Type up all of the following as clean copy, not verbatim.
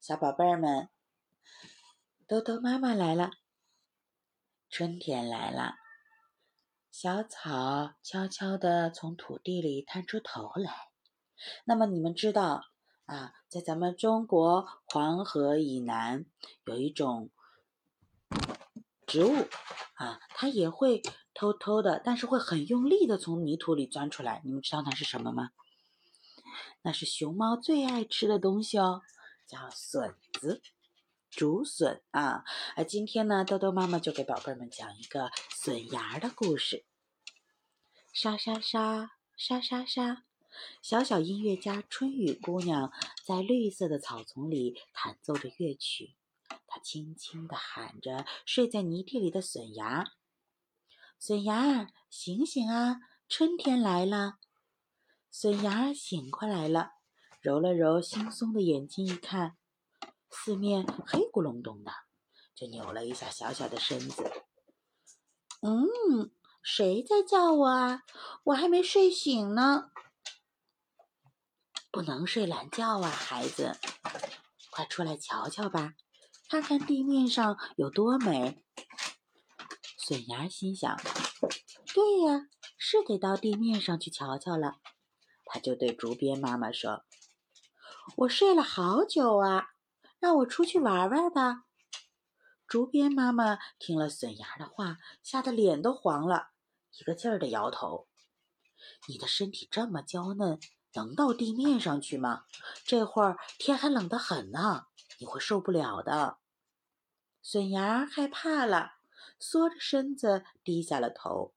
小宝贝儿们，豆豆妈妈来了，春天来了，小草悄悄地从土地里探出头来。那么你们知道在咱们中国黄河以南有一种植物它也会偷偷的，但是会很用力的从泥土里钻出来。你们知道那是什么吗？那是熊猫最爱吃的东西哦，叫笋子，竹笋今天呢，豆豆妈妈就给宝贝们讲一个笋芽的故事。沙沙沙，沙沙沙，小小音乐家春雨姑娘在绿色的草丛里弹奏着乐曲，她轻轻地喊着睡在泥地里的笋芽：笋芽，醒醒啊，春天来了。笋芽醒过来了，揉了揉惺忪的眼睛，一看，四面黑咕隆咚的，就扭了一下小小的身子。谁在叫我啊？我还没睡醒呢。不能睡懒觉啊，孩子，快出来瞧瞧吧，看看地面上有多美。笋芽心想，对呀，是得到地面上去瞧瞧了。他就对竹编妈妈说，我睡了好久啊，让我出去玩玩吧。竹编妈妈听了笋芽的话，吓得脸都黄了，一个劲儿地摇头。你的身体这么娇嫩，能到地面上去吗？这会儿天还冷得很呢，你会受不了的。笋芽害怕了，缩着身子低下了头。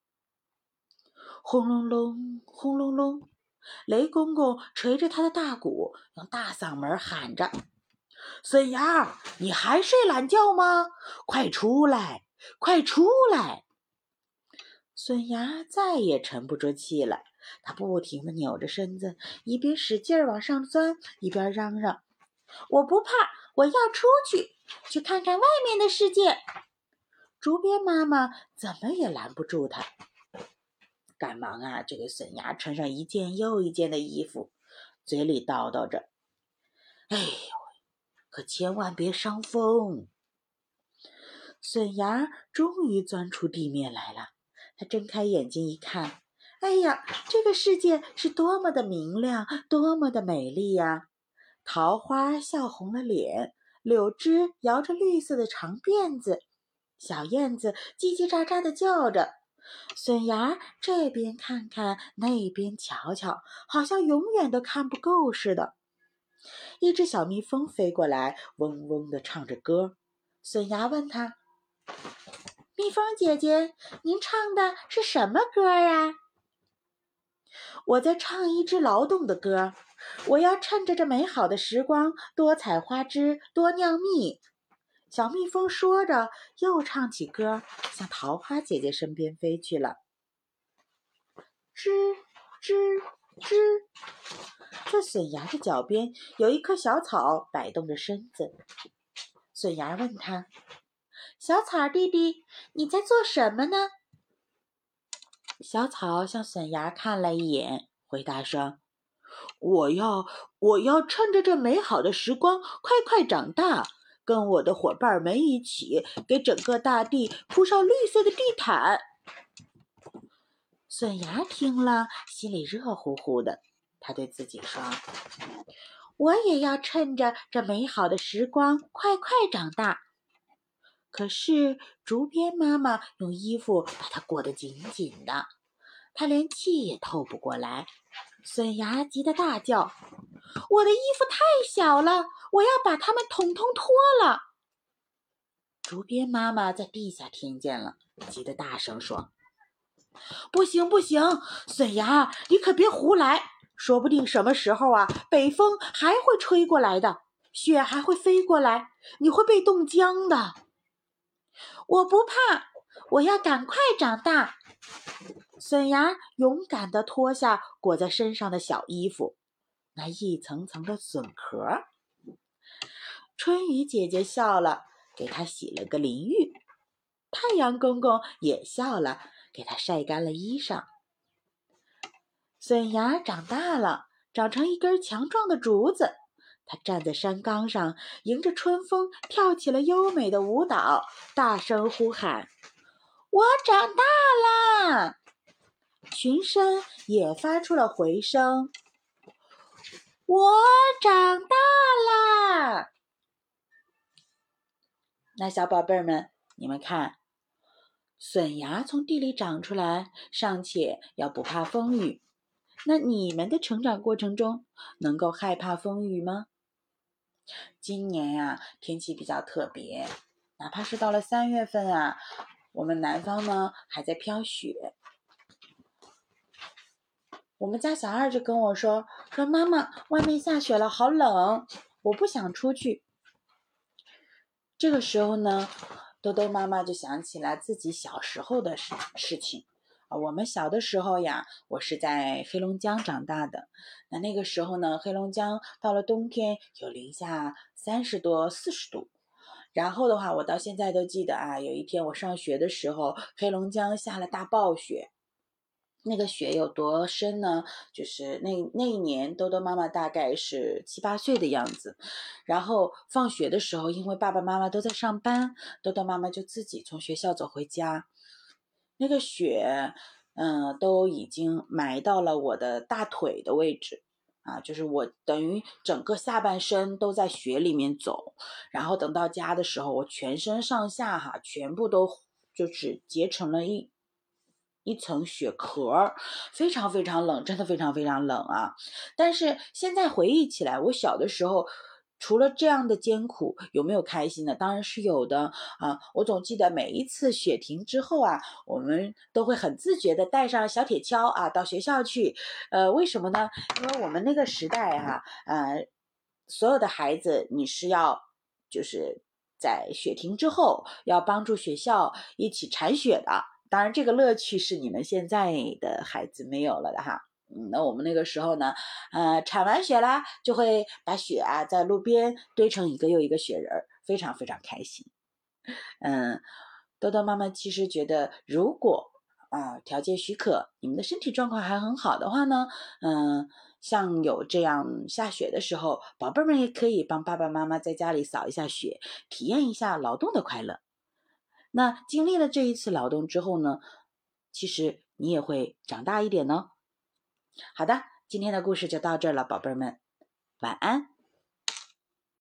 轰隆隆，轰隆隆，雷公公捶着他的大鼓，用大嗓门喊着，笋芽，你还睡懒觉吗？快出来，快出来！笋芽再也沉不住气了，他不停地扭着身子，一边使劲往上钻，一边嚷嚷，我不怕，我要出去，去看看外面的世界。竹编妈妈怎么也拦不住他，赶忙就给笋芽穿上一件又一件的衣服，嘴里叨叨着，哎呦，可千万别伤风。笋芽终于钻出地面来了，他睁开眼睛一看，哎呀，这个世界是多么的明亮，多么的美丽呀！桃花笑红了脸，柳枝摇着绿色的长辫子，小燕子叽叽喳喳地叫着，笋芽这边看看，那边瞧瞧，好像永远都看不够似的。一只小蜜蜂飞过来，嗡嗡地唱着歌。笋芽问他，蜜蜂姐姐，您唱的是什么歌啊？我在唱一支劳动的歌，我要趁着这美好的时光，多采花枝，多酿蜜。小蜜蜂说着，又唱起歌，向桃花姐姐身边飞去了。吱吱吱，在笋芽的脚边有一棵小草摆动着身子。笋芽问他，小草弟弟，你在做什么呢？小草向笋芽看了一眼，回答说，我要趁着这美好的时光快快长大，跟我的伙伴们一起给整个大地铺上绿色的地毯。笋芽听了，心里热乎乎的，他对自己说，我也要趁着这美好的时光快快长大。可是竹编妈妈用衣服把它裹得紧紧的，她连气也透不过来。笋芽急得大叫，我的衣服太小了，我要把它们统统脱了。竹编妈妈在地下听见了，急得大声说，不行不行，笋芽，你可别胡来，说不定什么时候北风还会吹过来的，雪还会飞过来，你会被冻僵的。我不怕，我要赶快长大。笋芽勇敢地脱下裹在身上的小衣服，那一层层的笋壳。春雨姐姐笑了，给她洗了个淋浴。太阳公公也笑了，给她晒干了衣裳。笋芽长大了，长成一根强壮的竹子， 他站在山岗上，迎着春风跳起了优美的舞蹈，大声呼喊：我长大啦！群山也发出了回声：我长大啦！那小宝贝儿们，你们看，笋芽从地里长出来，尚且要不怕风雨。那你们的成长过程中能够害怕风雨吗？今年呀，天气比较特别，哪怕是到了3月份啊，我们南方呢还在飘雪。我们家小二就跟我说妈妈，外面下雪了，好冷，我不想出去。这个时候呢，豆豆妈妈就想起来自己小时候的事情。我们小的时候呀，我是在黑龙江长大的。那个时候呢，黑龙江到了冬天有零下30多、40度。然后的话，我到现在都记得啊，有一天我上学的时候，黑龙江下了大暴雪。那个雪有多深呢？就是那一年，豆豆妈妈大概是7、8岁的样子。然后放学的时候，因为爸爸妈妈都在上班，豆豆妈妈就自己从学校走回家。那个雪，都已经埋到了我的大腿的位置啊，就是我等于整个下半身都在雪里面走。然后等到家的时候，我全身上下全部都就是结成了一层雪壳，非常非常冷，真的非常非常冷啊！但是现在回忆起来，我小的时候除了这样的艰苦，有没有开心的？当然是有的啊！我总记得每一次雪停之后啊，我们都会很自觉的带上小铁锹啊到学校去。为什么呢？因为我们那个时代所有的孩子你是要就是在雪停之后要帮助学校一起铲雪的。当然这个乐趣是你们现在的孩子没有了的哈。那我们那个时候呢，铲完雪啦，就会把雪啊在路边堆成一个又一个雪人，非常非常开心。豆豆妈妈其实觉得，如果条件许可，你们的身体状况还很好的话呢，像有这样下雪的时候，宝贝们也可以帮爸爸妈妈在家里扫一下雪，体验一下劳动的快乐。那经历了这一次劳动之后呢，其实你也会长大一点呢。好的，今天的故事就到这儿了，宝贝们，晚安。